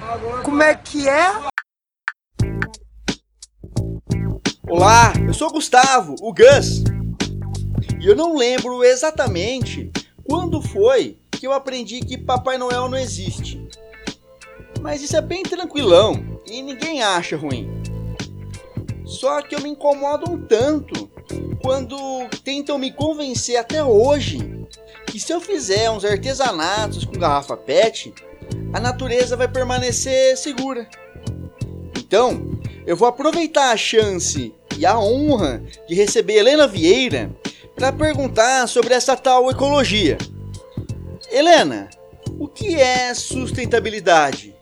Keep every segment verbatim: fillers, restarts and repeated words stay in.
Como é que é? Olá, eu sou o Gustavo, o Gus. E eu não lembro exatamente quando foi que eu aprendi que Papai Noel não existe. Mas isso é bem tranquilão e ninguém acha ruim. Só que eu me incomodo um tanto quando tentam me convencer até hoje que se eu fizer uns artesanatos com garrafa pet, a natureza vai permanecer segura. Então, eu vou aproveitar a chance e a honra de receber Helena Vieira para perguntar sobre essa tal ecologia. Helena, o que é sustentabilidade?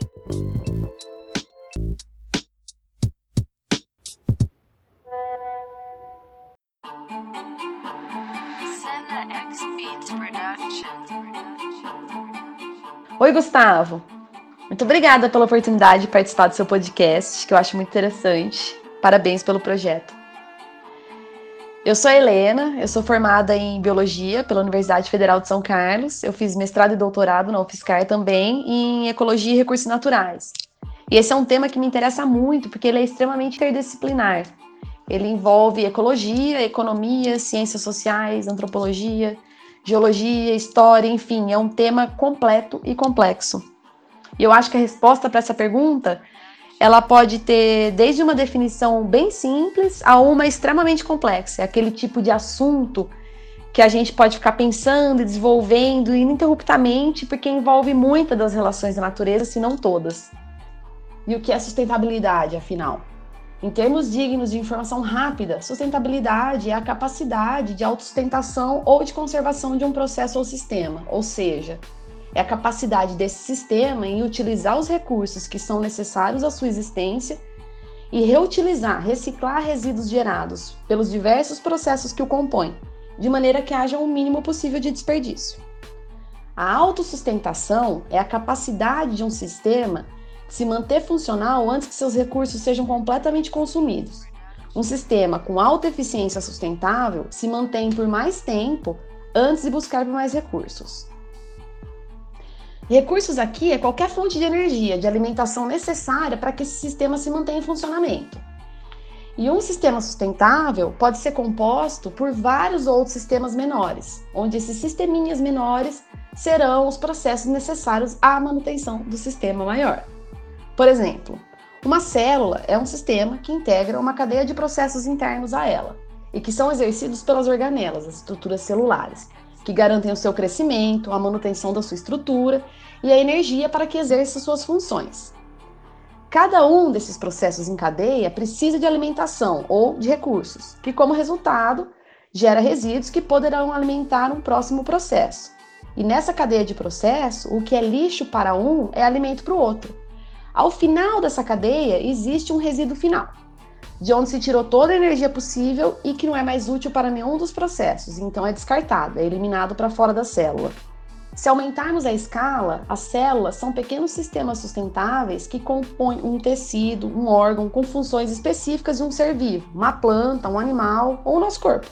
Oi, Gustavo. Muito obrigada pela oportunidade de participar do seu podcast, que eu acho muito interessante. Parabéns pelo projeto. Eu sou a Helena, eu sou formada em Biologia pela Universidade Federal de São Carlos. Eu fiz mestrado e doutorado na UFSCar também em Ecologia e Recursos Naturais. E esse é um tema que me interessa muito, porque ele é extremamente interdisciplinar. Ele envolve ecologia, economia, ciências sociais, antropologia, geologia, história, enfim, é um tema completo e complexo. E eu acho que a resposta para essa pergunta, ela pode ter desde uma definição bem simples a uma extremamente complexa. É aquele tipo de assunto que a gente pode ficar pensando e desenvolvendo ininterruptamente, porque envolve muitas das relações da natureza, se não todas. E o que é sustentabilidade, afinal? Em termos dignos de informação rápida, sustentabilidade é a capacidade de autossustentação ou de conservação de um processo ou sistema, ou seja, é a capacidade desse sistema em utilizar os recursos que são necessários à sua existência e reutilizar, reciclar resíduos gerados pelos diversos processos que o compõem, de maneira que haja o mínimo possível de desperdício. A autossustentação é a capacidade de um sistema se manter funcional antes que seus recursos sejam completamente consumidos. Um sistema com alta eficiência sustentável se mantém por mais tempo antes de buscar por mais recursos. Recursos aqui é qualquer fonte de energia, de alimentação necessária para que esse sistema se mantenha em funcionamento. E um sistema sustentável pode ser composto por vários outros sistemas menores, onde esses sisteminhas menores serão os processos necessários à manutenção do sistema maior. Por exemplo, uma célula é um sistema que integra uma cadeia de processos internos a ela e que são exercidos pelas organelas, as estruturas celulares, que garantem o seu crescimento, a manutenção da sua estrutura e a energia para que exerça suas funções. Cada um desses processos em cadeia precisa de alimentação ou de recursos, que como resultado gera resíduos que poderão alimentar um próximo processo. E nessa cadeia de processo, o que é lixo para um é alimento para o outro. Ao final dessa cadeia, existe um resíduo final, de onde se tirou toda a energia possível e que não é mais útil para nenhum dos processos, então é descartado, é eliminado para fora da célula. Se aumentarmos a escala, as células são pequenos sistemas sustentáveis que compõem um tecido, um órgão com funções específicas de um ser vivo, uma planta, um animal ou o nosso corpo.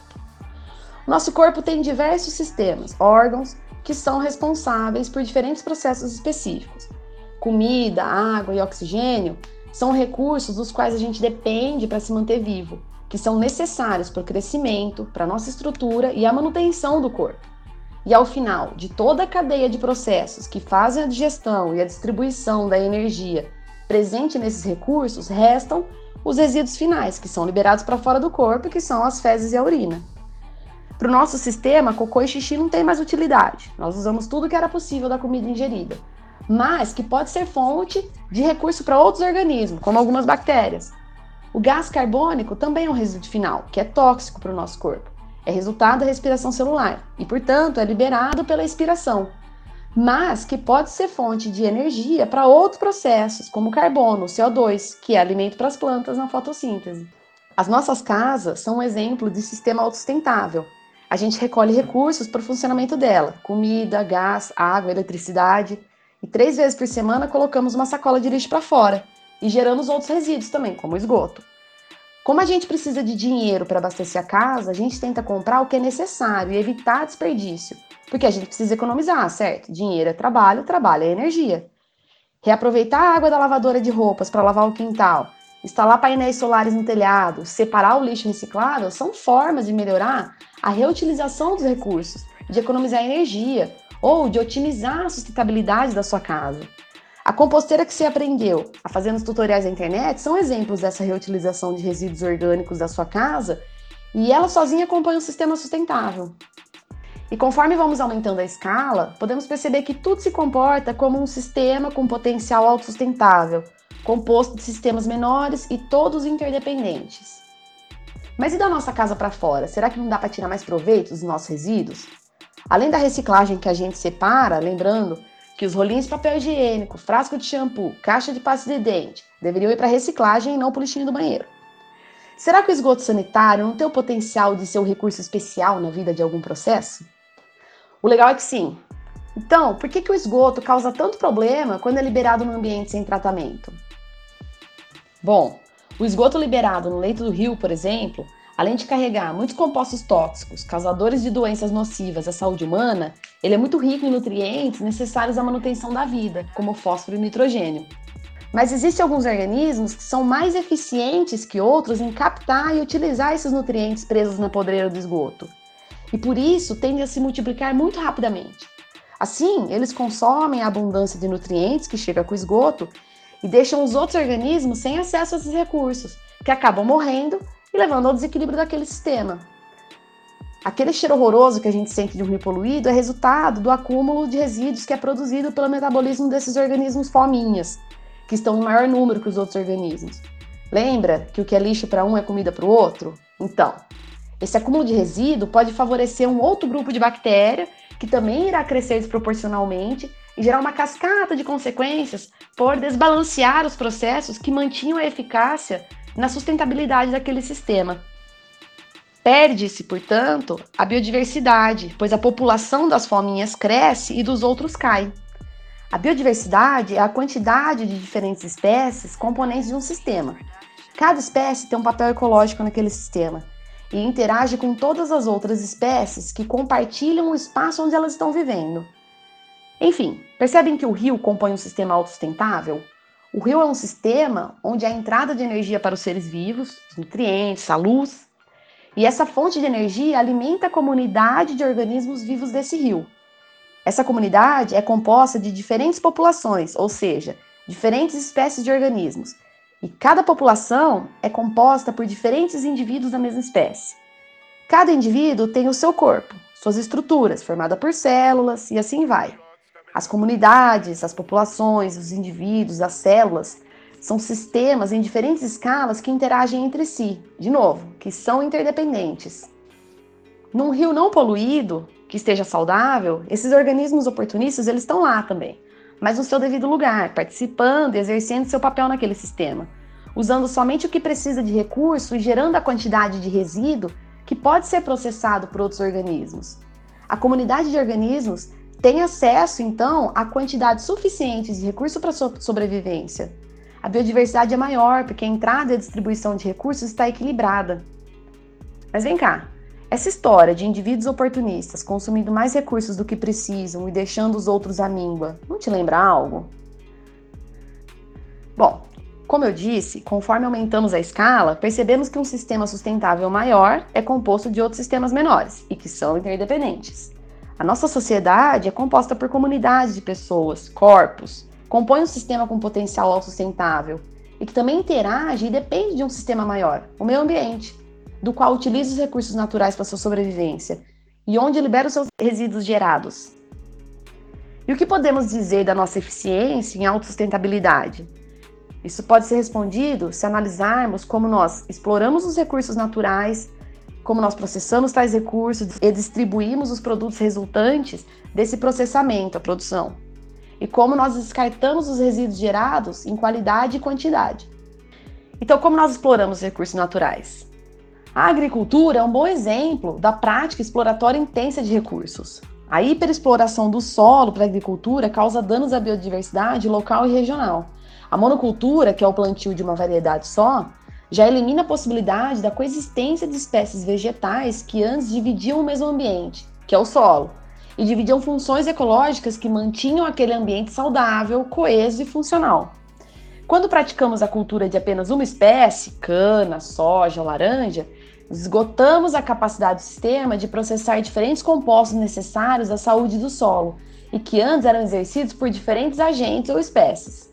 Nosso corpo tem diversos sistemas, órgãos, que são responsáveis por diferentes processos específicos. Comida, água e oxigênio são recursos dos quais a gente depende para se manter vivo, que são necessários para o crescimento, para a nossa estrutura e a manutenção do corpo. E ao final de toda a cadeia de processos que fazem a digestão e a distribuição da energia presente nesses recursos, restam os resíduos finais, que são liberados para fora do corpo, que são as fezes e a urina. Para o nosso sistema, cocô e xixi não tem mais utilidade. Nós usamos tudo que era possível da comida ingerida, mas que pode ser fonte de recurso para outros organismos, como algumas bactérias. O gás carbônico também é um resíduo final, que é tóxico para o nosso corpo. É resultado da respiração celular e, portanto, é liberado pela expiração, mas que pode ser fonte de energia para outros processos, como o carbono, o C O dois, que é alimento para as plantas na fotossíntese. As nossas casas são um exemplo de sistema autossustentável. A gente recolhe recursos para o funcionamento dela, comida, gás, água, eletricidade, e três vezes por semana colocamos uma sacola de lixo para fora e geramos outros resíduos também, como o esgoto. Como a gente precisa de dinheiro para abastecer a casa, a gente tenta comprar o que é necessário e evitar desperdício, porque a gente precisa economizar, certo? Dinheiro é trabalho, trabalho é energia. Reaproveitar a água da lavadora de roupas para lavar o quintal, instalar painéis solares no telhado, separar o lixo reciclável são formas de melhorar a reutilização dos recursos, de economizar energia ou de otimizar a sustentabilidade da sua casa. A composteira que você aprendeu a fazer nos tutoriais da internet são exemplos dessa reutilização de resíduos orgânicos da sua casa e ela sozinha acompanha um sistema sustentável. E conforme vamos aumentando a escala, podemos perceber que tudo se comporta como um sistema com potencial autossustentável, composto de sistemas menores e todos interdependentes. Mas e da nossa casa para fora? Será que não dá para tirar mais proveito dos nossos resíduos? Além da reciclagem que a gente separa, lembrando que os rolinhos de papel higiênico, frasco de shampoo, caixa de pasta de dente deveriam ir para reciclagem e não para o lixinho do banheiro. Será que o esgoto sanitário não tem o potencial de ser um recurso especial na vida de algum processo? O legal é que sim. Então, por que que o esgoto causa tanto problema quando é liberado no ambiente sem tratamento? Bom, o esgoto liberado no leito do rio, por exemplo, além de carregar muitos compostos tóxicos, causadores de doenças nocivas à saúde humana, ele é muito rico em nutrientes necessários à manutenção da vida, como fósforo e nitrogênio. Mas existem alguns organismos que são mais eficientes que outros em captar e utilizar esses nutrientes presos na podreira do esgoto. E por isso tendem a se multiplicar muito rapidamente. Assim, eles consomem a abundância de nutrientes que chega com o esgoto e deixam os outros organismos sem acesso a esses recursos, que acabam morrendo e levando ao desequilíbrio daquele sistema. Aquele cheiro horroroso que a gente sente de um rio poluído é resultado do acúmulo de resíduos que é produzido pelo metabolismo desses organismos fominhas, que estão em maior número que os outros organismos. Lembra que o que é lixo para um é comida para o outro? Então, esse acúmulo de resíduo pode favorecer um outro grupo de bactéria que também irá crescer desproporcionalmente e gerar uma cascata de consequências por desbalancear os processos que mantinham a eficácia na sustentabilidade daquele sistema. Perde-se, portanto, a biodiversidade, pois a população das fominhas cresce e dos outros cai. A biodiversidade é a quantidade de diferentes espécies componentes de um sistema. Cada espécie tem um papel ecológico naquele sistema e interage com todas as outras espécies que compartilham o espaço onde elas estão vivendo. Enfim, percebem que o rio compõe um sistema autossustentável? O rio é um sistema onde há entrada de energia para os seres vivos, os nutrientes, a luz, e essa fonte de energia alimenta a comunidade de organismos vivos desse rio. Essa comunidade é composta de diferentes populações, ou seja, diferentes espécies de organismos, e cada população é composta por diferentes indivíduos da mesma espécie. Cada indivíduo tem o seu corpo, suas estruturas, formada por células, e assim vai. As comunidades, as populações, os indivíduos, as células são sistemas em diferentes escalas que interagem entre si, de novo, que são interdependentes. Num rio não poluído, que esteja saudável, esses organismos oportunistas eles estão lá também, mas no seu devido lugar, participando e exercendo seu papel naquele sistema, usando somente o que precisa de recurso e gerando a quantidade de resíduo que pode ser processado por outros organismos. A comunidade de organismos tem acesso, então, a quantidade suficiente de recurso para sua sobrevivência. A biodiversidade é maior porque a entrada e a distribuição de recursos está equilibrada. Mas vem cá, essa história de indivíduos oportunistas consumindo mais recursos do que precisam e deixando os outros à míngua, não te lembra algo? Bom, como eu disse, conforme aumentamos a escala, percebemos que um sistema sustentável maior é composto de outros sistemas menores e que são interdependentes. A nossa sociedade é composta por comunidades de pessoas, corpos, compõe um sistema com potencial autossustentável e que também interage e depende de um sistema maior, o meio ambiente, do qual utiliza os recursos naturais para sua sobrevivência e onde libera os seus resíduos gerados. E o que podemos dizer da nossa eficiência em autossustentabilidade? Isso pode ser respondido se analisarmos como nós exploramos os recursos naturais, como nós processamos tais recursos e distribuímos os produtos resultantes desse processamento, a produção, e como nós descartamos os resíduos gerados em qualidade e quantidade. Então, como nós exploramos os recursos naturais? A agricultura é um bom exemplo da prática exploratória intensa de recursos. A hiperexploração do solo para a agricultura causa danos à biodiversidade local e regional. A monocultura, que é o plantio de uma variedade só, já elimina a possibilidade da coexistência de espécies vegetais que antes dividiam o mesmo ambiente, que é o solo, e dividiam funções ecológicas que mantinham aquele ambiente saudável, coeso e funcional. Quando praticamos a cultura de apenas uma espécie, cana, soja ou laranja, esgotamos a capacidade do sistema de processar diferentes compostos necessários à saúde do solo e que antes eram exercidos por diferentes agentes ou espécies.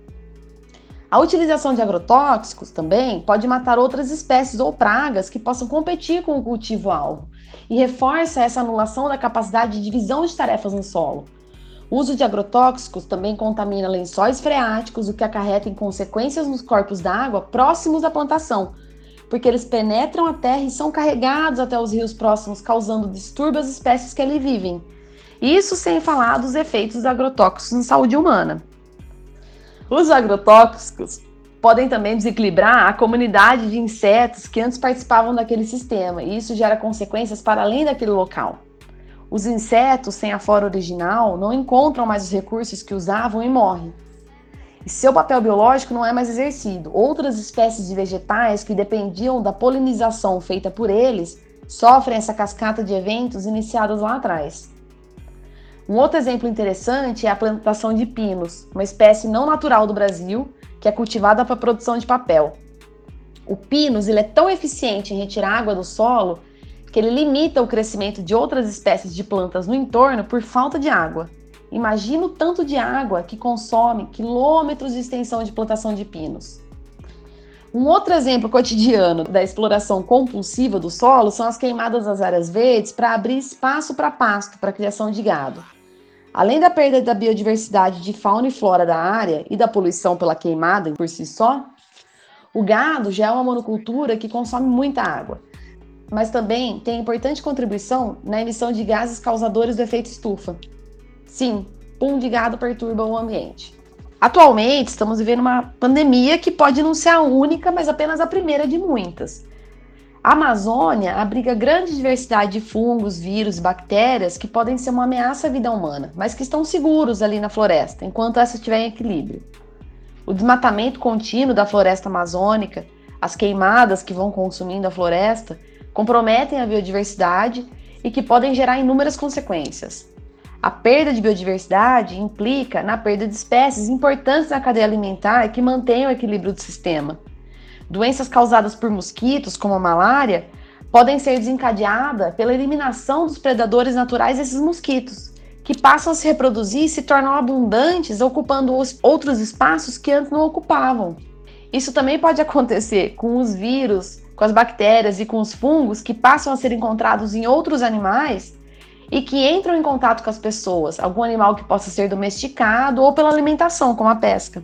A utilização de agrotóxicos também pode matar outras espécies ou pragas que possam competir com o cultivo-alvo e reforça essa anulação da capacidade de divisão de tarefas no solo. O uso de agrotóxicos também contamina lençóis freáticos, o que acarreta em consequências nos corpos d'água próximos da plantação, porque eles penetram a terra e são carregados até os rios próximos, causando distúrbio às espécies que ali vivem. Isso sem falar dos efeitos dos agrotóxicos na saúde humana. Os agrotóxicos podem também desequilibrar a comunidade de insetos que antes participavam daquele sistema, e isso gera consequências para além daquele local. Os insetos sem a flora original não encontram mais os recursos que usavam e morrem. E seu papel biológico não é mais exercido. Outras espécies de vegetais que dependiam da polinização feita por eles sofrem essa cascata de eventos iniciados lá atrás. Um outro exemplo interessante é a plantação de pinos, uma espécie não natural do Brasil, que é cultivada para a produção de papel. O pinus ele é tão eficiente em retirar água do solo que ele limita o crescimento de outras espécies de plantas no entorno por falta de água. Imagina o tanto de água que consome quilômetros de extensão de plantação de pinos. Um outro exemplo cotidiano da exploração compulsiva do solo são as queimadas das áreas verdes para abrir espaço para pasto, para a criação de gado. Além da perda da biodiversidade de fauna e flora da área e da poluição pela queimada por si só, o gado já é uma monocultura que consome muita água, mas também tem importante contribuição na emissão de gases causadores do efeito estufa. Sim, pum de gado perturba o ambiente. Atualmente, estamos vivendo uma pandemia que pode não ser a única, mas apenas a primeira de muitas. A Amazônia abriga grande diversidade de fungos, vírus e bactérias que podem ser uma ameaça à vida humana, mas que estão seguros ali na floresta, enquanto essa estiver em equilíbrio. O desmatamento contínuo da floresta amazônica, as queimadas que vão consumindo a floresta, comprometem a biodiversidade e que podem gerar inúmeras consequências. A perda de biodiversidade implica na perda de espécies importantes na cadeia alimentar que mantêm o equilíbrio do sistema. Doenças causadas por mosquitos, como a malária, podem ser desencadeadas pela eliminação dos predadores naturais desses mosquitos, que passam a se reproduzir e se tornam abundantes, ocupando os outros espaços que antes não ocupavam. Isso também pode acontecer com os vírus, com as bactérias e com os fungos que passam a ser encontrados em outros animais e que entram em contato com as pessoas, algum animal que possa ser domesticado ou pela alimentação, como a pesca.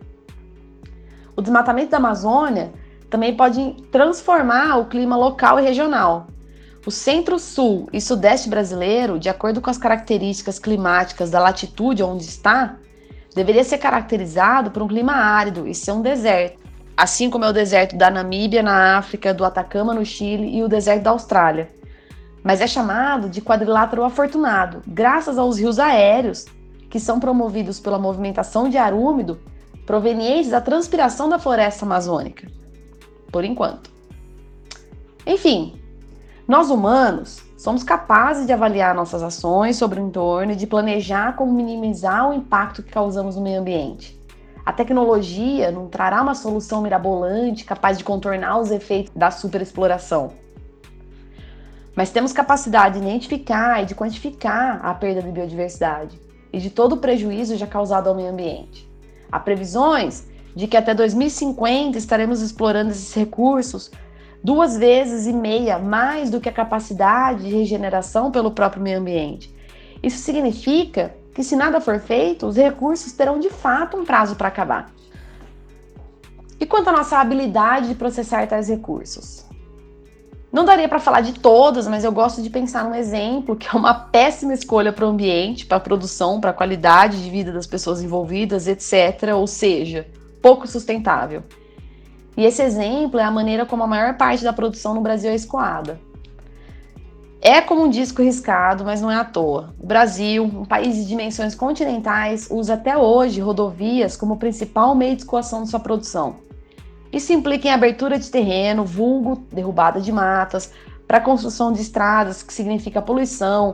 O desmatamento da Amazônia também pode transformar o clima local e regional. O centro-sul e sudeste brasileiro, de acordo com as características climáticas da latitude onde está, deveria ser caracterizado por um clima árido e ser um deserto, assim como é o deserto da Namíbia na África, do Atacama no Chile e o deserto da Austrália. Mas é chamado de quadrilátero afortunado, graças aos rios aéreos, que são promovidos pela movimentação de ar úmido provenientes da transpiração da floresta amazônica, por enquanto. Enfim, nós humanos somos capazes de avaliar nossas ações sobre o entorno e de planejar como minimizar o impacto que causamos no meio ambiente. A tecnologia não trará uma solução mirabolante capaz de contornar os efeitos da superexploração. Mas temos capacidade de identificar e de quantificar a perda de biodiversidade e de todo o prejuízo já causado ao meio ambiente. Há previsões de que até dois mil e cinquenta estaremos explorando esses recursos duas vezes e meia mais do que a capacidade de regeneração pelo próprio meio ambiente. Isso significa que, se nada for feito, os recursos terão de fato um prazo para acabar. E quanto à nossa habilidade de processar tais recursos? Não daria para falar de todas, mas eu gosto de pensar num exemplo que é uma péssima escolha para o ambiente, para a produção, para a qualidade de vida das pessoas envolvidas, etcétera. Ou seja, pouco sustentável. E esse exemplo é a maneira como a maior parte da produção no Brasil é escoada. É como um disco riscado, mas não é à toa. O Brasil, um país de dimensões continentais, usa até hoje rodovias como principal meio de escoação de sua produção. Isso implica em abertura de terreno, vulgo derrubada de matas, para a construção de estradas, que significa poluição,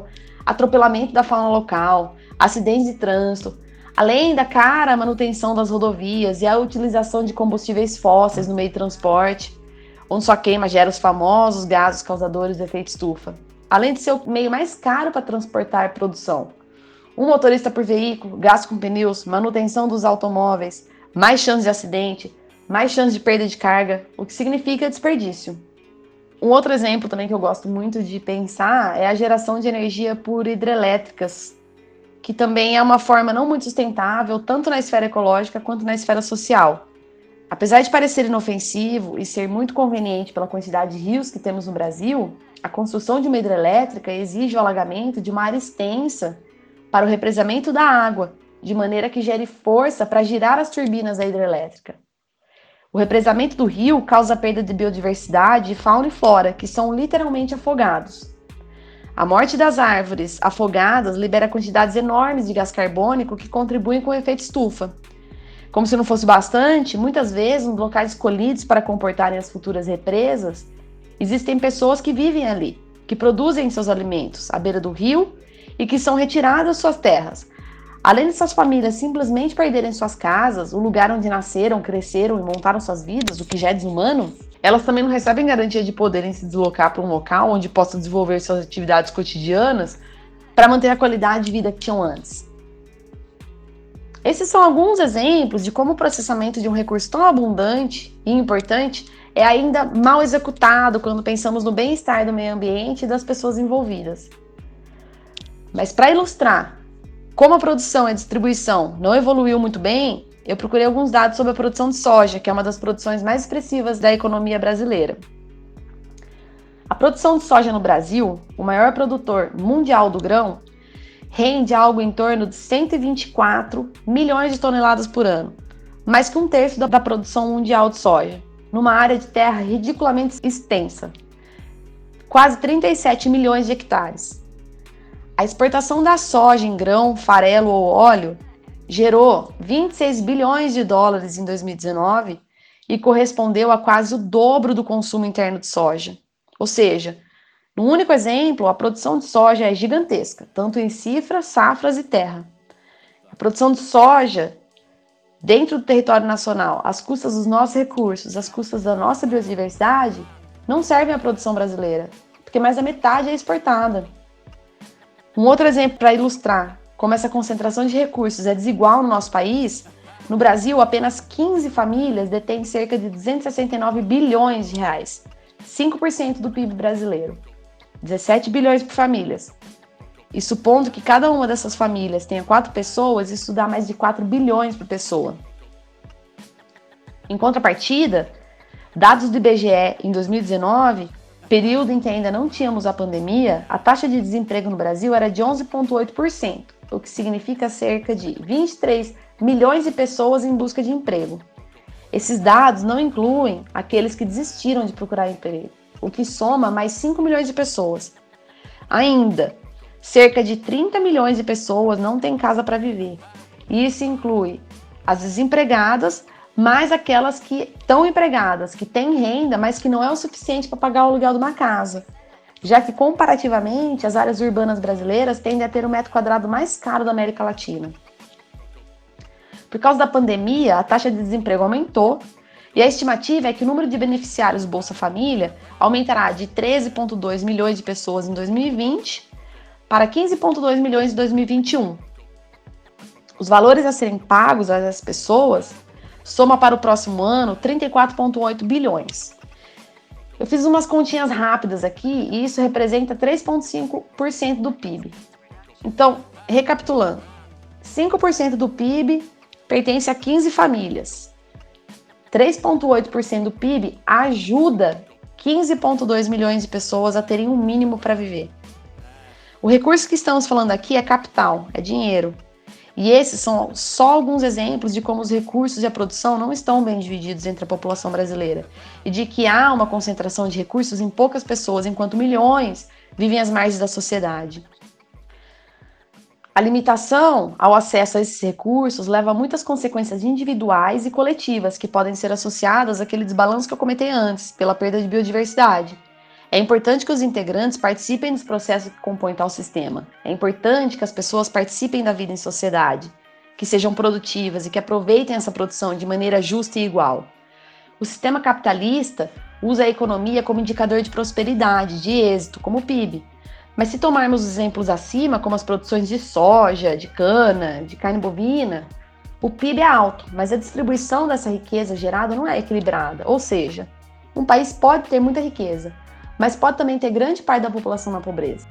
atropelamento da fauna local, acidentes de trânsito, além da cara manutenção das rodovias e a utilização de combustíveis fósseis no meio de transporte, onde sua queima gera os famosos gases causadores do efeito estufa. Além de ser o meio mais caro para transportar produção. Um motorista por veículo, gasto com pneus, manutenção dos automóveis, mais chance de acidente, mais chance de perda de carga, o que significa desperdício. Um outro exemplo também que eu gosto muito de pensar é a geração de energia por hidrelétricas, que também é uma forma não muito sustentável, tanto na esfera ecológica quanto na esfera social. Apesar de parecer inofensivo e ser muito conveniente pela quantidade de rios que temos no Brasil, a construção de uma hidrelétrica exige o alagamento de uma área extensa para o represamento da água, de maneira que gere força para girar as turbinas da hidrelétrica. O represamento do rio causa perda de biodiversidade, fauna e flora, que são literalmente afogados. A morte das árvores afogadas libera quantidades enormes de gás carbônico que contribuem com o efeito estufa. Como se não fosse bastante, muitas vezes, nos locais escolhidos para comportarem as futuras represas, existem pessoas que vivem ali, que produzem seus alimentos à beira do rio e que são retiradas suas terras. Além dessas famílias simplesmente perderem suas casas, o lugar onde nasceram, cresceram e montaram suas vidas, o que já é desumano, elas também não recebem garantia de poderem se deslocar para um local onde possam desenvolver suas atividades cotidianas para manter a qualidade de vida que tinham antes. Esses são alguns exemplos de como o processamento de um recurso tão abundante e importante é ainda mal executado quando pensamos no bem-estar do meio ambiente e das pessoas envolvidas. Mas para ilustrar como a produção e a distribuição não evoluiu muito bem, eu procurei alguns dados sobre a produção de soja, que é uma das produções mais expressivas da economia brasileira. A produção de soja no Brasil, o maior produtor mundial do grão, rende algo em torno de cento e vinte e quatro milhões de toneladas por ano, mais que um terço da produção mundial de soja, numa área de terra ridiculamente extensa, quase trinta e sete milhões de hectares. A exportação da soja em grão, farelo ou óleo gerou vinte e seis bilhões de dólares em dois mil e dezenove e correspondeu a quase o dobro do consumo interno de soja. Ou seja, no único exemplo, a produção de soja é gigantesca, tanto em cifras, safras e terra. A produção de soja dentro do território nacional, às custas dos nossos recursos, às custas da nossa biodiversidade, não servem à produção brasileira, porque mais da metade é exportada. Um outro exemplo para ilustrar como essa concentração de recursos é desigual no nosso país, no Brasil, apenas quinze famílias detêm cerca de duzentos e sessenta e nove bilhões de reais, cinco por cento do P I B brasileiro, dezessete bilhões por famílias. E supondo que cada uma dessas famílias tenha quatro pessoas, isso dá mais de quatro bilhões por pessoa. Em contrapartida, dados do I B G E em dois mil e dezenove, período em que ainda não tínhamos a pandemia, a taxa de desemprego no Brasil era de onze vírgula oito por cento, o que significa cerca de vinte e três milhões de pessoas em busca de emprego. Esses dados não incluem aqueles que desistiram de procurar emprego, o que soma mais cinco milhões de pessoas. Ainda, cerca de trinta milhões de pessoas não têm casa para viver. E isso inclui as desempregadas, mais aquelas que estão empregadas, que têm renda, mas que não é o suficiente para pagar o aluguel de uma casa. Já que, comparativamente, as áreas urbanas brasileiras tendem a ter o metro quadrado mais caro da América Latina. Por causa da pandemia, a taxa de desemprego aumentou e a estimativa é que o número de beneficiários do Bolsa Família aumentará de treze vírgula dois milhões de pessoas em dois mil e vinte para quinze vírgula dois milhões em dois mil e vinte e um. Os valores a serem pagos às pessoas soma para o próximo ano trinta e quatro vírgula oito bilhões. Eu fiz umas continhas rápidas aqui e isso representa três vírgula cinco por cento do P I B. Então, recapitulando, cinco por cento do P I B pertence a quinze famílias. três vírgula oito por cento do P I B ajuda quinze vírgula dois milhões de pessoas a terem um mínimo para viver. O recurso que estamos falando aqui é capital, é dinheiro. E esses são só alguns exemplos de como os recursos e a produção não estão bem divididos entre a população brasileira e de que há uma concentração de recursos em poucas pessoas, enquanto milhões vivem às margens da sociedade. A limitação ao acesso a esses recursos leva a muitas consequências individuais e coletivas que podem ser associadas àquele desbalanço que eu comentei antes, pela perda de biodiversidade. É importante que os integrantes participem dos processos que compõem tal sistema. É importante que as pessoas participem da vida em sociedade, que sejam produtivas e que aproveitem essa produção de maneira justa e igual. O sistema capitalista usa a economia como indicador de prosperidade, de êxito, como o P I B. Mas se tomarmos os exemplos acima, como as produções de soja, de cana, de carne bovina, o P I B é alto, mas a distribuição dessa riqueza gerada não é equilibrada. Ou seja, um país pode ter muita riqueza, mas pode também ter grande parte da população na pobreza.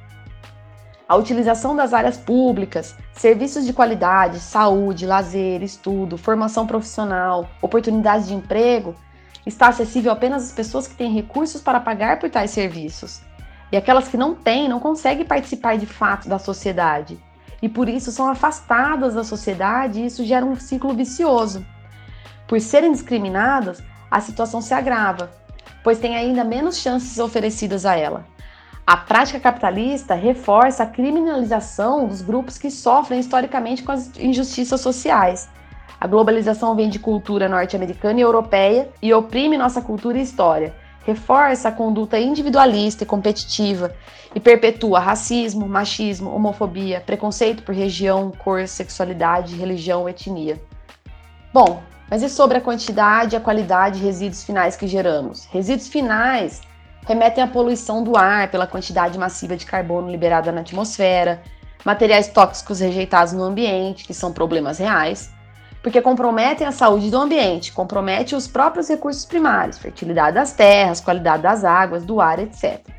A utilização das áreas públicas, serviços de qualidade, saúde, lazer, estudo, formação profissional, oportunidades de emprego, está acessível apenas às pessoas que têm recursos para pagar por tais serviços. E aquelas que não têm não conseguem participar de fato da sociedade. E por isso são afastadas da sociedade e isso gera um ciclo vicioso. Por serem discriminadas, a situação se agrava, pois tem ainda menos chances oferecidas a ela. A prática capitalista reforça a criminalização dos grupos que sofrem historicamente com as injustiças sociais. A globalização vem de cultura norte-americana e europeia e oprime nossa cultura e história. Reforça a conduta individualista e competitiva e perpetua racismo, machismo, homofobia, preconceito por região, cor, sexualidade, religião, etnia. Bom, mas e sobre a quantidade e a qualidade de resíduos finais que geramos? Resíduos finais remetem à poluição do ar pela quantidade massiva de carbono liberada na atmosfera, materiais tóxicos rejeitados no ambiente, que são problemas reais, porque comprometem a saúde do ambiente, comprometem os próprios recursos primários, fertilidade das terras, qualidade das águas, do ar, etcétera.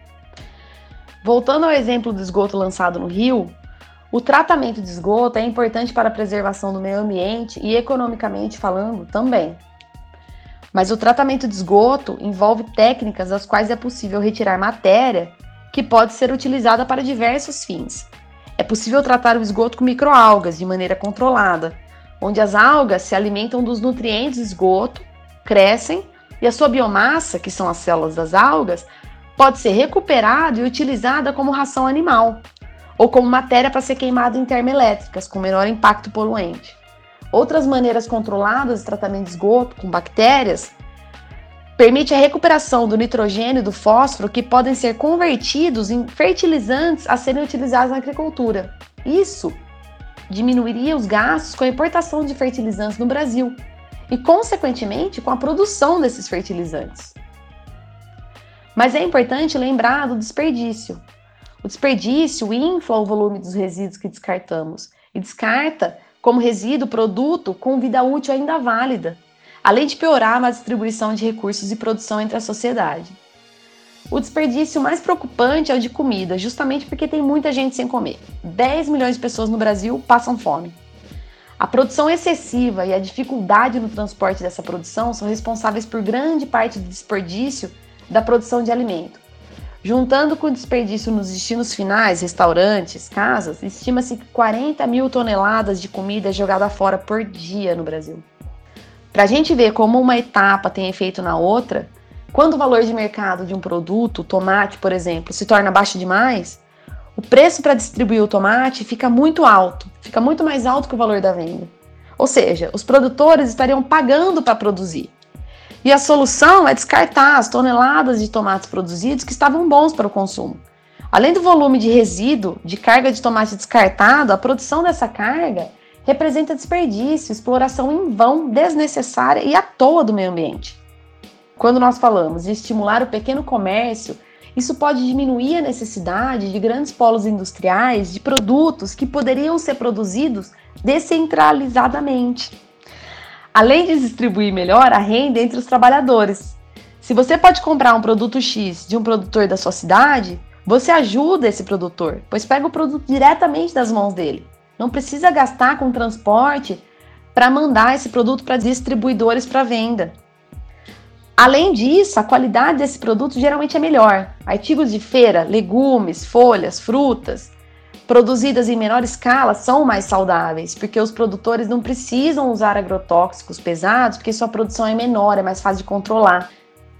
Voltando ao exemplo do esgoto lançado no Rio, o tratamento de esgoto é importante para a preservação do meio ambiente e, economicamente falando, também. Mas o tratamento de esgoto envolve técnicas das quais é possível retirar matéria que pode ser utilizada para diversos fins. É possível tratar o esgoto com microalgas de maneira controlada, onde as algas se alimentam dos nutrientes do esgoto, crescem e a sua biomassa, que são as células das algas, pode ser recuperada e utilizada como ração animal ou como matéria para ser queimada em termoelétricas com menor impacto poluente. Outras maneiras controladas de tratamento de esgoto com bactérias permite a recuperação do nitrogênio e do fósforo que podem ser convertidos em fertilizantes a serem utilizados na agricultura. Isso diminuiria os gastos com a importação de fertilizantes no Brasil e, consequentemente, com a produção desses fertilizantes. Mas é importante lembrar do desperdício. O desperdício infla o volume dos resíduos que descartamos e descarta como resíduo produto com vida útil ainda válida, além de piorar na distribuição de recursos e produção entre a sociedade. O desperdício mais preocupante é o de comida, justamente porque tem muita gente sem comer. dez milhões de pessoas no Brasil passam fome. A produção excessiva e a dificuldade no transporte dessa produção são responsáveis por grande parte do desperdício da produção de alimento. Juntando com o desperdício nos destinos finais, restaurantes, casas, estima-se que quarenta mil toneladas de comida é jogada fora por dia no Brasil. Para a gente ver como uma etapa tem efeito na outra, quando o valor de mercado de um produto, tomate, por exemplo, se torna baixo demais, o preço para distribuir o tomate fica muito alto, fica muito mais alto que o valor da venda. Ou seja, os produtores estariam pagando para produzir. E a solução é descartar as toneladas de tomates produzidos que estavam bons para o consumo. Além do volume de resíduo, de carga de tomate descartado, a produção dessa carga representa desperdício, exploração em vão, desnecessária e à toa do meio ambiente. Quando nós falamos de estimular o pequeno comércio, isso pode diminuir a necessidade de grandes polos industriais, de produtos que poderiam ser produzidos descentralizadamente. Além de distribuir melhor a renda entre os trabalhadores. Se você pode comprar um produto X de um produtor da sua cidade, você ajuda esse produtor, pois pega o produto diretamente das mãos dele. Não precisa gastar com transporte para mandar esse produto para distribuidores para venda. Além disso, a qualidade desse produto geralmente é melhor. Artigos de feira, legumes, folhas, frutas, produzidas em menor escala são mais saudáveis, porque os produtores não precisam usar agrotóxicos pesados, porque sua produção é menor, é mais fácil de controlar.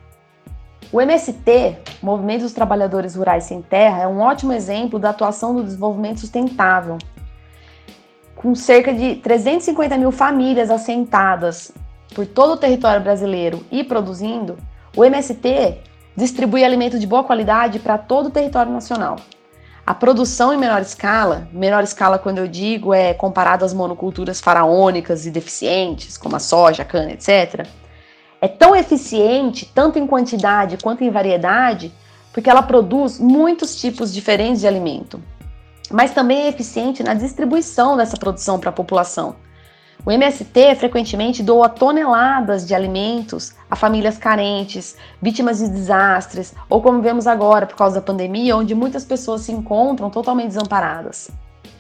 O M S T, Movimento dos Trabalhadores Rurais Sem Terra, é um ótimo exemplo da atuação do desenvolvimento sustentável. Com cerca de trezentas e cinquenta mil famílias assentadas por todo o território brasileiro e produzindo, o M S T distribui alimento de boa qualidade para todo o território nacional. A produção em menor escala, menor escala quando eu digo é comparado às monoculturas faraônicas e deficientes, como a soja, a cana, etcétera, é tão eficiente, tanto em quantidade quanto em variedade, porque ela produz muitos tipos diferentes de alimento. Mas também é eficiente na distribuição dessa produção para a população. O M S T frequentemente doa toneladas de alimentos a famílias carentes, vítimas de desastres, ou como vemos agora por causa da pandemia, onde muitas pessoas se encontram totalmente desamparadas.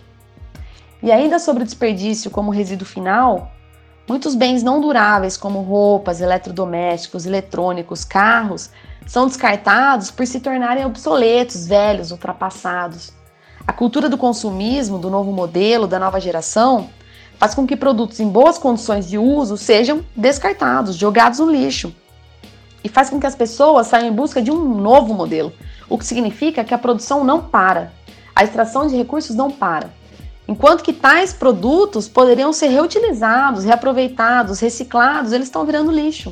E ainda sobre o desperdício como resíduo final, muitos bens não duráveis como roupas, eletrodomésticos, eletrônicos, carros, são descartados por se tornarem obsoletos, velhos, ultrapassados. A cultura do consumismo, do novo modelo, da nova geração, faz com que produtos em boas condições de uso sejam descartados, jogados no lixo. E faz com que as pessoas saiam em busca de um novo modelo, o que significa que a produção não para, a extração de recursos não para. Enquanto que tais produtos poderiam ser reutilizados, reaproveitados, reciclados, eles estão virando lixo.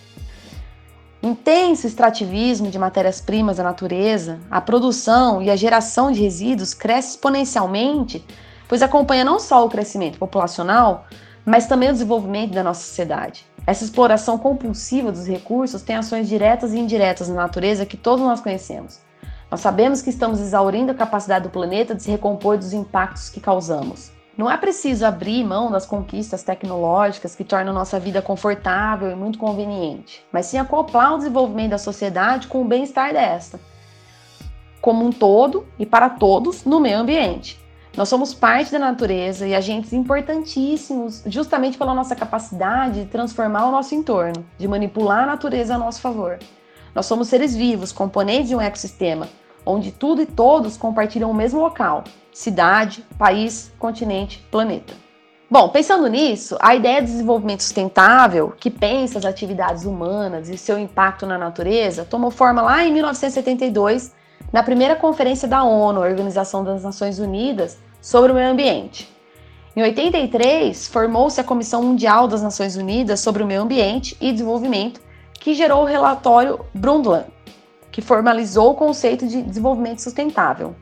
Intenso extrativismo de matérias-primas da natureza, a produção e a geração de resíduos cresce exponencialmente, pois acompanha não só o crescimento populacional, mas também o desenvolvimento da nossa sociedade. Essa exploração compulsiva dos recursos tem ações diretas e indiretas na natureza que todos nós conhecemos. Nós sabemos que estamos exaurindo a capacidade do planeta de se recompor dos impactos que causamos. Não é preciso abrir mão das conquistas tecnológicas que tornam nossa vida confortável e muito conveniente, mas sim acoplar o desenvolvimento da sociedade com o bem-estar desta, como um todo e para todos no meio ambiente. Nós somos parte da natureza e agentes importantíssimos justamente pela nossa capacidade de transformar o nosso entorno, de manipular a natureza a nosso favor. Nós somos seres vivos, componentes de um ecossistema, onde tudo e todos compartilham o mesmo local, cidade, país, continente, planeta. Bom, pensando nisso, a ideia de desenvolvimento sustentável, que pensa as atividades humanas e seu impacto na natureza, tomou forma lá em mil novecentos e setenta e dois, na primeira conferência da ONU, a Organização das Nações Unidas, sobre o meio ambiente. Em oitenta e três, formou-se a Comissão Mundial das Nações Unidas sobre o Meio Ambiente e Desenvolvimento, que gerou o relatório Brundtland, que formalizou o conceito de desenvolvimento sustentável.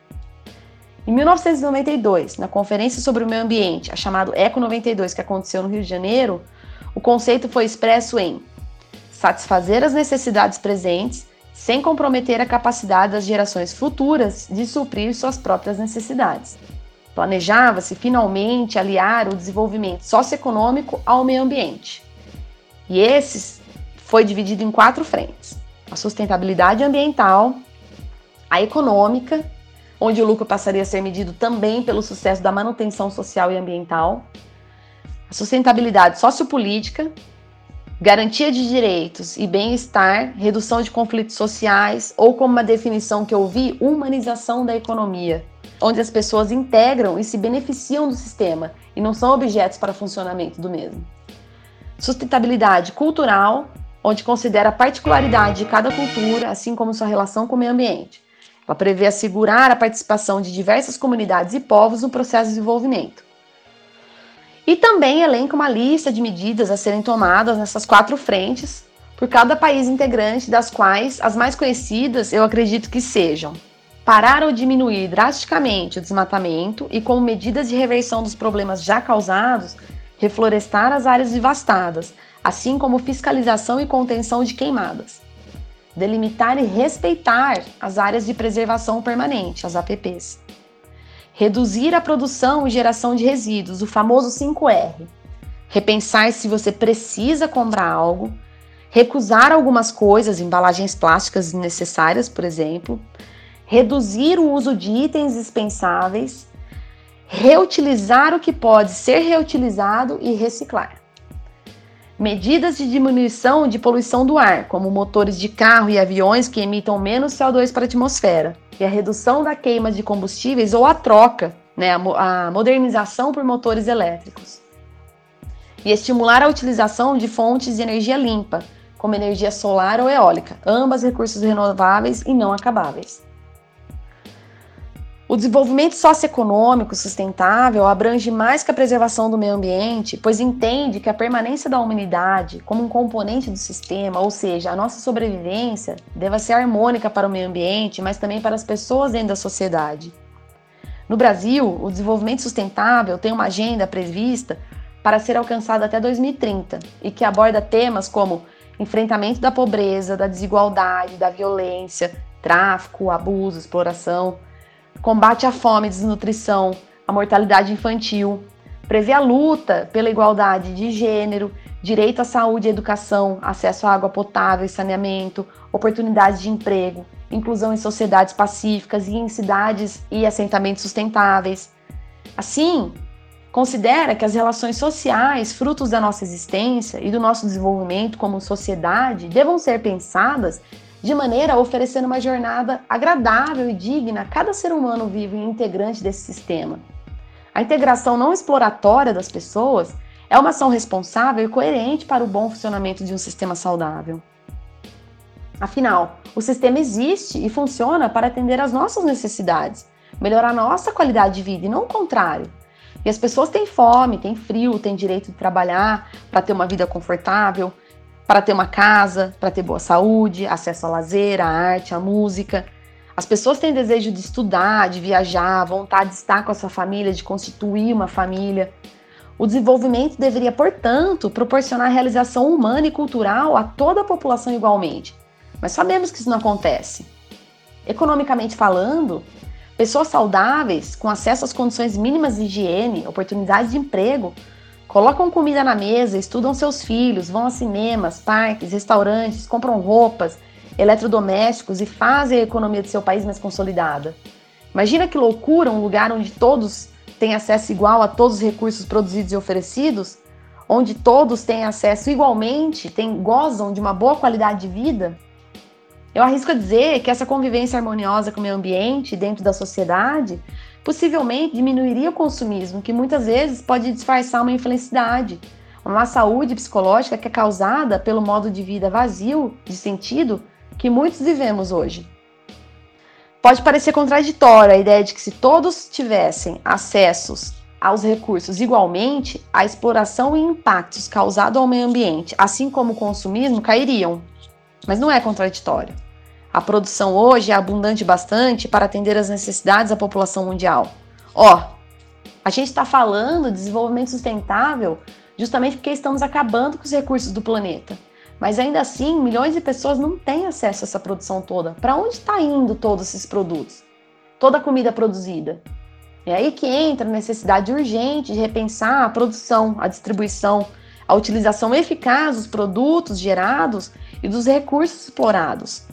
Em mil novecentos e noventa e dois, na Conferência sobre o Meio Ambiente, a chamada Eco noventa e dois, que aconteceu no Rio de Janeiro, o conceito foi expresso em satisfazer as necessidades presentes sem comprometer a capacidade das gerações futuras de suprir suas próprias necessidades. Planejava-se, finalmente, aliar o desenvolvimento socioeconômico ao meio ambiente. E esse foi dividido em quatro frentes: a sustentabilidade ambiental, a econômica, onde o lucro passaria a ser medido também pelo sucesso da manutenção social e ambiental, a sustentabilidade sociopolítica, garantia de direitos e bem-estar, redução de conflitos sociais, ou como uma definição que eu vi, humanização da economia, onde as pessoas integram e se beneficiam do sistema e não são objetos para funcionamento do mesmo. Sustentabilidade cultural, onde considera a particularidade de cada cultura, assim como sua relação com o meio ambiente. Ela prevê assegurar a participação de diversas comunidades e povos no processo de desenvolvimento. E também elenca uma lista de medidas a serem tomadas nessas quatro frentes por cada país integrante, das quais as mais conhecidas eu acredito que sejam: parar ou diminuir drasticamente o desmatamento e, como medidas de reversão dos problemas já causados, reflorestar as áreas devastadas, assim como fiscalização e contenção de queimadas. Delimitar e respeitar as áreas de preservação permanente, as A P Ps. Reduzir a produção e geração de resíduos, o famoso cinco R. Repensar se você precisa comprar algo. Recusar algumas coisas, embalagens plásticas desnecessárias, por exemplo. Reduzir o uso de itens dispensáveis. Reutilizar o que pode ser reutilizado e reciclar. Medidas de diminuição de poluição do ar, como motores de carro e aviões que emitam menos C O dois para a atmosfera, e a redução da queima de combustíveis ou a troca, né, a, a modernização por motores elétricos. E estimular a utilização de fontes de energia limpa, como energia solar ou eólica, ambas recursos renováveis e não acabáveis. O desenvolvimento socioeconômico sustentável abrange mais que a preservação do meio ambiente, pois entende que a permanência da humanidade como um componente do sistema, ou seja, a nossa sobrevivência, deve ser harmônica para o meio ambiente, mas também para as pessoas dentro da sociedade. No Brasil, o desenvolvimento sustentável tem uma agenda prevista para ser alcançada até dois mil e trinta e que aborda temas como enfrentamento da pobreza, da desigualdade, da violência, tráfico, abuso, exploração, combate à fome e desnutrição, à mortalidade infantil, prevê a luta pela igualdade de gênero, direito à saúde e educação, acesso à água potável e saneamento, oportunidades de emprego, inclusão em sociedades pacíficas e em cidades e assentamentos sustentáveis. Assim, considera que as relações sociais, frutos da nossa existência e do nosso desenvolvimento como sociedade, devam ser pensadas de maneira a oferecer uma jornada agradável e digna a cada ser humano vivo e integrante desse sistema. A integração não exploratória das pessoas é uma ação responsável e coerente para o bom funcionamento de um sistema saudável. Afinal, o sistema existe e funciona para atender às nossas necessidades, melhorar a nossa qualidade de vida e não o contrário. E as pessoas têm fome, têm frio, têm direito de trabalhar para ter uma vida confortável, para ter uma casa, para ter boa saúde, acesso ao lazer, à arte, à música. As pessoas têm desejo de estudar, de viajar, vontade de estar com a sua família, de constituir uma família. O desenvolvimento deveria, portanto, proporcionar realização humana e cultural a toda a população igualmente. Mas sabemos que isso não acontece. Economicamente falando, pessoas saudáveis, com acesso às condições mínimas de higiene, oportunidades de emprego, colocam comida na mesa, estudam seus filhos, vão a cinemas, parques, restaurantes, compram roupas, eletrodomésticos e fazem a economia do seu país mais consolidada. Imagina que loucura um lugar onde todos têm acesso igual a todos os recursos produzidos e oferecidos, onde todos têm acesso igualmente, têm, gozam de uma boa qualidade de vida. Eu arrisco a dizer que essa convivência harmoniosa com o meio ambiente dentro da sociedade possivelmente diminuiria o consumismo, que muitas vezes pode disfarçar uma infelicidade, uma má saúde psicológica que é causada pelo modo de vida vazio de sentido que muitos vivemos hoje. Pode parecer contraditória a ideia de que se todos tivessem acessos aos recursos igualmente, a exploração e impactos causados ao meio ambiente, assim como o consumismo, cairiam. Mas não é contraditório. A produção hoje é abundante bastante para atender às necessidades da população mundial. Ó, a gente está falando de desenvolvimento sustentável justamente porque estamos acabando com os recursos do planeta. Mas ainda assim, milhões de pessoas não têm acesso a essa produção toda. Para onde está indo todos esses produtos? Toda a comida produzida? É aí que entra a necessidade urgente de repensar a produção, a distribuição, a utilização eficaz dos produtos gerados e dos recursos explorados.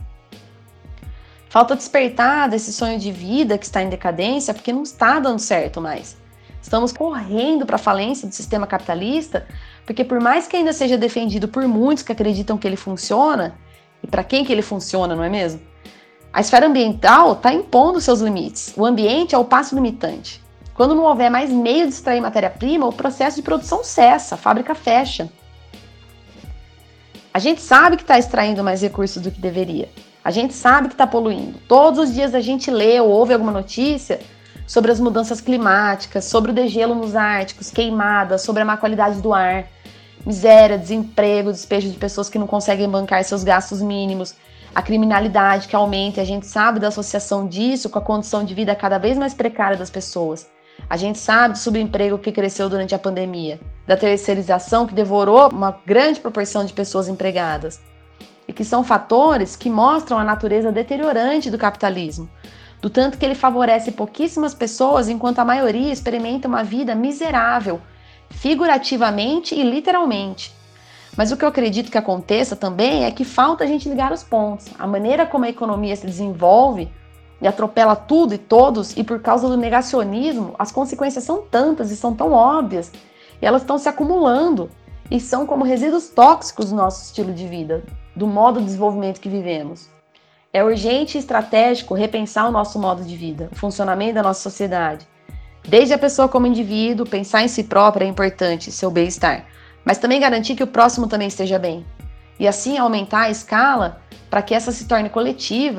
Falta despertar desse sonho de vida que está em decadência porque não está dando certo mais. Estamos correndo para a falência do sistema capitalista porque por mais que ainda seja defendido por muitos que acreditam que ele funciona, e para quem que ele funciona, não é mesmo? A esfera ambiental está impondo seus limites. O ambiente é o passo limitante. Quando não houver mais meio de extrair matéria-prima, o processo de produção cessa, a fábrica fecha. A gente sabe que está extraindo mais recursos do que deveria. A gente sabe que está poluindo. Todos os dias a gente lê ou ouve alguma notícia sobre as mudanças climáticas, sobre o degelo nos árticos, queimadas, sobre a má qualidade do ar, miséria, desemprego, despejo de pessoas que não conseguem bancar seus gastos mínimos, a criminalidade que aumenta, e a gente sabe da associação disso com a condição de vida cada vez mais precária das pessoas. A gente sabe do subemprego que cresceu durante a pandemia, da terceirização que devorou uma grande proporção de pessoas empregadas, e que são fatores que mostram a natureza deteriorante do capitalismo, do tanto que ele favorece pouquíssimas pessoas enquanto a maioria experimenta uma vida miserável, figurativamente e literalmente. Mas o que eu acredito que aconteça também é que falta a gente ligar os pontos. A maneira como a economia se desenvolve e atropela tudo e todos, e por causa do negacionismo, as consequências são tantas e são tão óbvias, e elas estão se acumulando, e são como resíduos tóxicos do nosso estilo de vida, do modo de desenvolvimento que vivemos. É urgente e estratégico repensar o nosso modo de vida, o funcionamento da nossa sociedade. Desde a pessoa como indivíduo, pensar em si própria é importante, seu bem-estar, mas também garantir que o próximo também esteja bem. E assim aumentar a escala para que essa se torne coletiva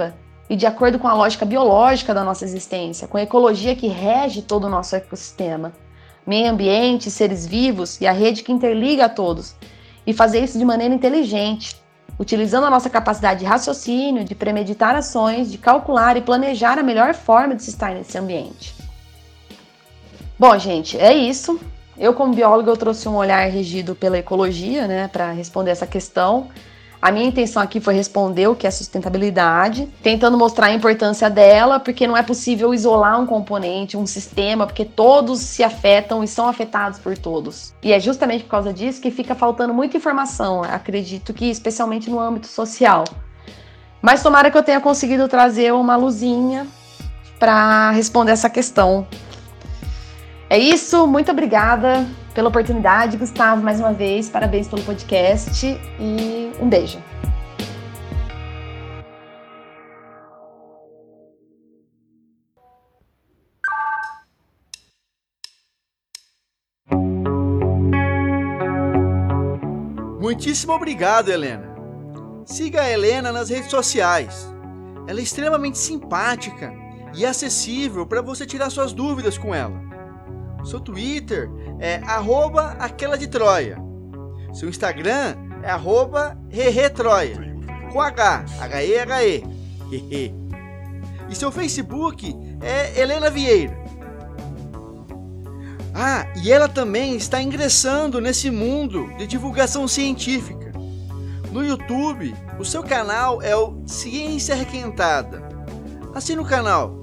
e de acordo com a lógica biológica da nossa existência, com a ecologia que rege todo o nosso ecossistema, meio ambiente, seres vivos e a rede que interliga a todos, e fazer isso de maneira inteligente, utilizando a nossa capacidade de raciocínio, de premeditar ações, de calcular e planejar a melhor forma de se estar nesse ambiente. Bom, gente, é isso. Eu, como bióloga, eu trouxe um olhar regido pela ecologia, né, para responder essa questão. A minha intenção aqui foi responder o que é sustentabilidade, tentando mostrar a importância dela, porque não é possível isolar um componente, um sistema, porque todos se afetam e são afetados por todos. E é justamente por causa disso que fica faltando muita informação, acredito que especialmente no âmbito social. Mas tomara que eu tenha conseguido trazer uma luzinha para responder essa questão. É isso, muito obrigada pela oportunidade, Gustavo, mais uma vez, parabéns pelo podcast e um beijo. Muitíssimo obrigado, Helena. Siga a Helena nas redes sociais. Ela é extremamente simpática e acessível para você tirar suas dúvidas com ela. Seu Twitter é arroba aquela de Troia. Seu Instagram é arroba reretroia, com H, H-E, H-E. E seu Facebook é Helena Vieira. Ah, e ela também está ingressando nesse mundo de divulgação científica. No YouTube, o seu canal é o Ciência Requentada. Assine o canal.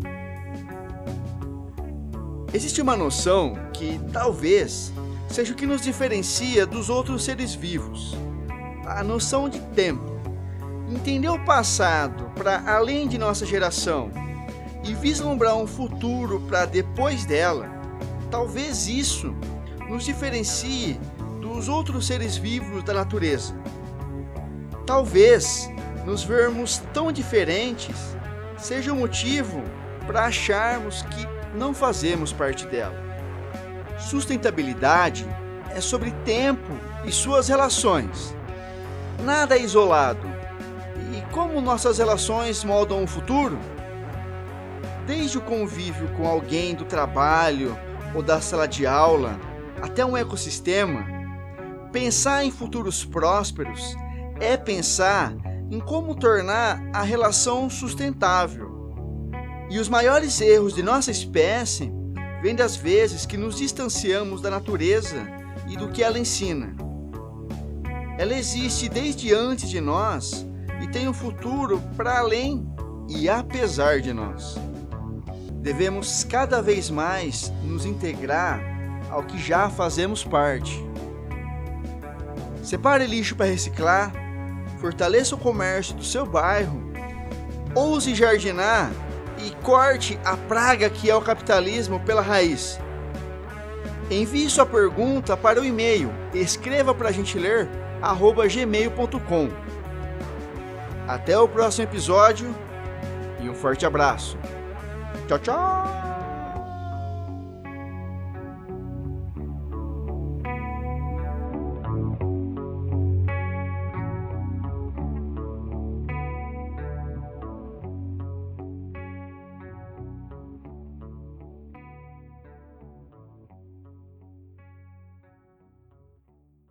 Existe uma noção que, talvez, seja o que nos diferencia dos outros seres vivos. A noção de tempo. Entender o passado para além de nossa geração e vislumbrar um futuro para depois dela, talvez isso nos diferencie dos outros seres vivos da natureza. Talvez nos vermos tão diferentes seja o motivo para acharmos que não fazemos parte dela. Sustentabilidade é sobre tempo e suas relações. Nada é isolado. E como nossas relações moldam o futuro? Desde o convívio com alguém do trabalho ou da sala de aula, até um ecossistema, pensar em futuros prósperos é pensar em como tornar a relação sustentável. E os maiores erros de nossa espécie vêm das vezes que nos distanciamos da natureza e do que ela ensina. Ela existe desde antes de nós e tem um futuro para além e apesar de nós. Devemos cada vez mais nos integrar ao que já fazemos parte. Separe lixo para reciclar, fortaleça o comércio do seu bairro, ouse jardinar e corte a praga que é o capitalismo pela raiz. Envie sua pergunta para o e-mail escreva para a gente ler arroba gmail ponto com. Até o próximo episódio e um forte abraço. Tchau, tchau!